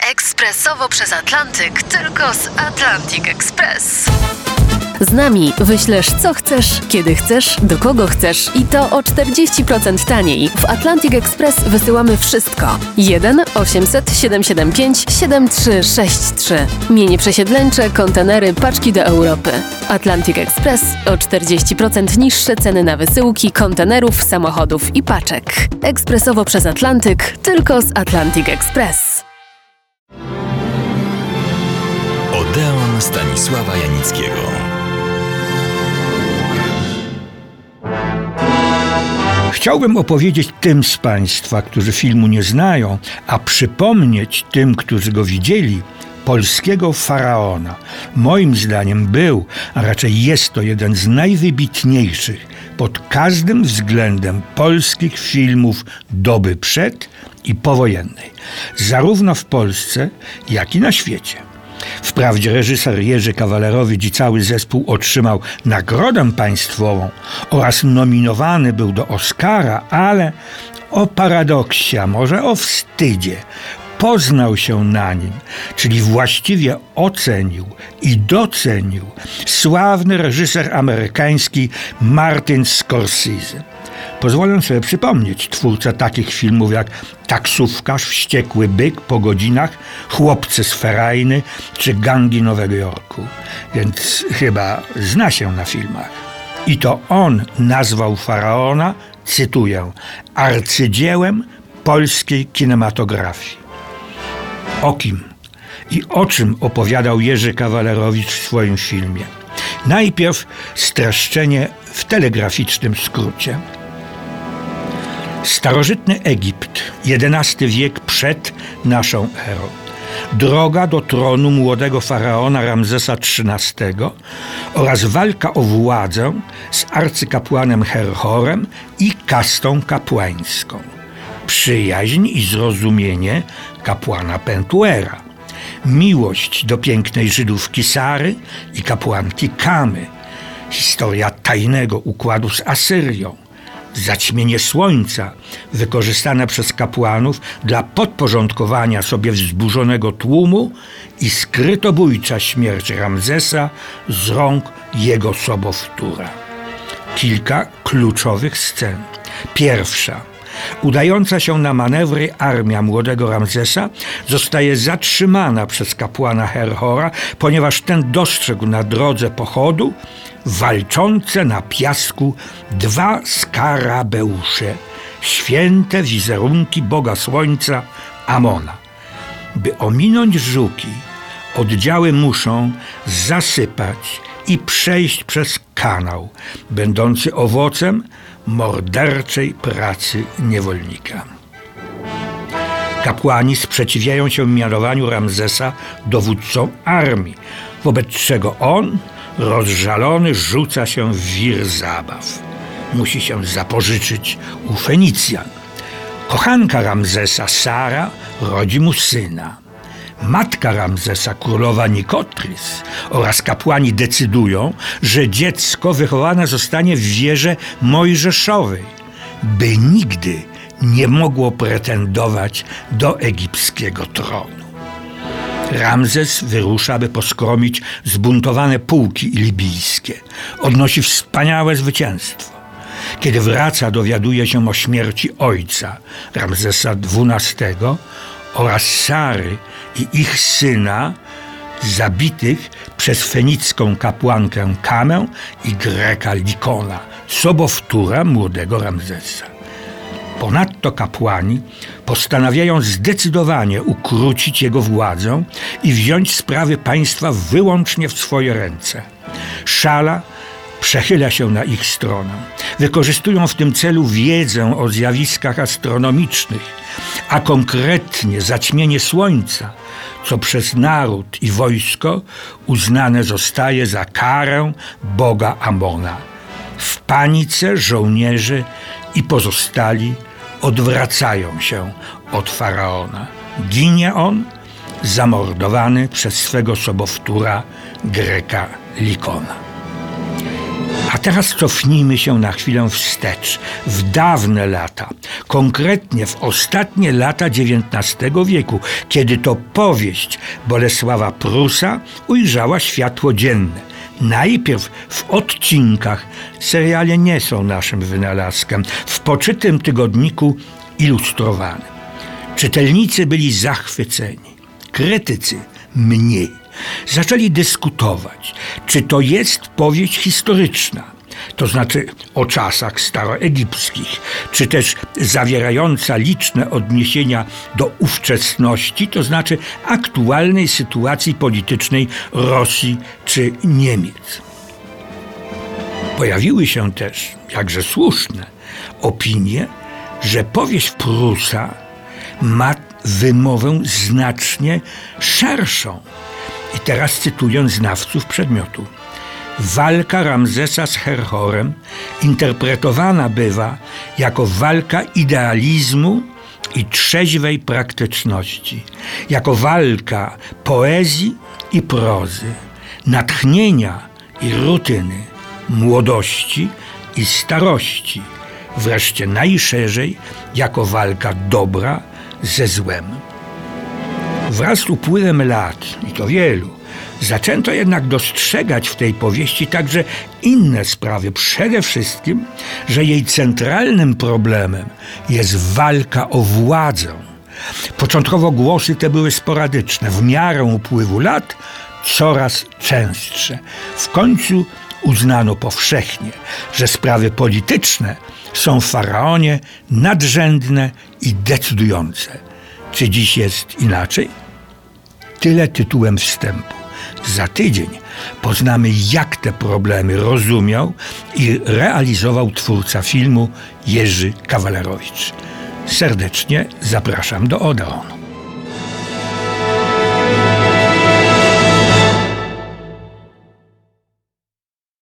Ekspresowo przez Atlantyk, tylko z Atlantic Express. Z nami wyślesz co chcesz, kiedy chcesz, do kogo chcesz i to o 40% taniej. W Atlantic Express wysyłamy wszystko. 1 800 775 7363. Mienie przesiedleńcze, kontenery, paczki do Europy. Atlantic Express o 40% niższe ceny na wysyłki, kontenerów, samochodów i paczek. Ekspresowo przez Atlantyk, tylko z Atlantic Express. Odeon Stanisława Janickiego. Chciałbym opowiedzieć tym z Państwa, którzy filmu nie znają, a przypomnieć tym, którzy go widzieli, polskiego faraona. Moim zdaniem był, a raczej jest to jeden z najwybitniejszych pod każdym względem polskich filmów doby przed i powojennej. Zarówno w Polsce, jak i na świecie. Wprawdzie reżyser Jerzy Kawalerowicz i cały zespół otrzymał nagrodę państwową oraz nominowany był do Oscara, ale o paradoksie, a może o wstydzie, poznał się na nim, czyli właściwie ocenił i docenił sławny reżyser amerykański Martin Scorsese. Pozwolę sobie przypomnieć twórcę takich filmów jak Taksówkarz, Wściekły byk, Po godzinach, Chłopcy z Ferajny czy Gangi Nowego Jorku. Więc chyba zna się na filmach. I to on nazwał faraona, cytuję, arcydziełem polskiej kinematografii. O kim i o czym opowiadał Jerzy Kawalerowicz w swoim filmie? Najpierw streszczenie w telegraficznym skrócie. Starożytny Egipt, XI wiek przed naszą erą. Droga do tronu młodego faraona Ramzesa XIII oraz walka o władzę z arcykapłanem Herhorem i kastą kapłańską. Przyjaźń i zrozumienie kapłana Pentuera. Miłość do pięknej Żydówki Sary i kapłanki Kamy. Historia tajnego układu z Asyrią. Zaćmienie słońca wykorzystane przez kapłanów dla podporządkowania sobie wzburzonego tłumu i skrytobójcza śmierć Ramzesa z rąk jego sobowtóra. Kilka kluczowych scen. Pierwsza. Udająca się na manewry armia młodego Ramzesa zostaje zatrzymana przez kapłana Herhora, ponieważ ten dostrzegł na drodze pochodu walczące na piasku dwa skarabeusze, święte wizerunki Boga Słońca Amona. By ominąć żuki, oddziały muszą zasypać i przejść przez kanał, będący owocem morderczej pracy niewolnika. Kapłani sprzeciwiają się mianowaniu Ramzesa dowódcą armii, wobec czego on, rozżalony, rzuca się w wir zabaw. Musi się zapożyczyć u Fenicjan. Kochanka Ramzesa, Sara, rodzi mu syna. Matka Ramzesa, królowa Nikotris oraz kapłani decydują, że dziecko wychowane zostanie w wieży mojżeszowej, by nigdy nie mogło pretendować do egipskiego tronu. Ramzes wyrusza, by poskromić zbuntowane pułki libijskie. Odnosi wspaniałe zwycięstwo. Kiedy wraca, dowiaduje się o śmierci ojca, Ramzesa XII, oraz Sary i ich syna, zabitych przez fenicką kapłankę Kamę i Greka Likona, sobowtóra młodego Ramzesa. Ponadto kapłani postanawiają zdecydowanie ukrócić jego władzę i wziąć sprawy państwa wyłącznie w swoje ręce. Szala przechyla się na ich stronę. Wykorzystują w tym celu wiedzę o zjawiskach astronomicznych, a konkretnie zaćmienie słońca, co przez naród i wojsko uznane zostaje za karę Boga Amona. W panice żołnierze i pozostali odwracają się od faraona. Ginie on, zamordowany przez swego sobowtóra Greka Likona. A teraz cofnijmy się na chwilę wstecz, w dawne lata, konkretnie w ostatnie lata XIX wieku, kiedy to powieść Bolesława Prusa ujrzała światło dzienne. Najpierw w odcinkach, seriale nie są naszym wynalazkiem, w poczytym tygodniku ilustrowanym. Czytelnicy byli zachwyceni, krytycy mniej. Zaczęli dyskutować, czy to jest powieść historyczna, to znaczy o czasach staroegipskich, czy też zawierająca liczne odniesienia do ówczesności, to znaczy aktualnej sytuacji politycznej Rosji czy Niemiec. Pojawiły się też, jakże słuszne, opinie, że powieść Prusa ma wymowę znacznie szerszą. I teraz cytuję znawców przedmiotu. Walka Ramzesa z Herhorem interpretowana bywa jako walka idealizmu i trzeźwej praktyczności, jako walka poezji i prozy, natchnienia i rutyny, młodości i starości, wreszcie najszerzej jako walka dobra ze złem. Wraz z upływem lat, i to wielu, zaczęto jednak dostrzegać w tej powieści także inne sprawy. Przede wszystkim, że jej centralnym problemem jest walka o władzę. Początkowo głosy te były sporadyczne, w miarę upływu lat coraz częstsze. W końcu uznano powszechnie, że sprawy polityczne są w Faraonie nadrzędne i decydujące. Czy dziś jest inaczej? Tyle tytułem wstępu. Za tydzień poznamy, jak te problemy rozumiał i realizował twórca filmu Jerzy Kawalerowicz. Serdecznie zapraszam do Odeonu.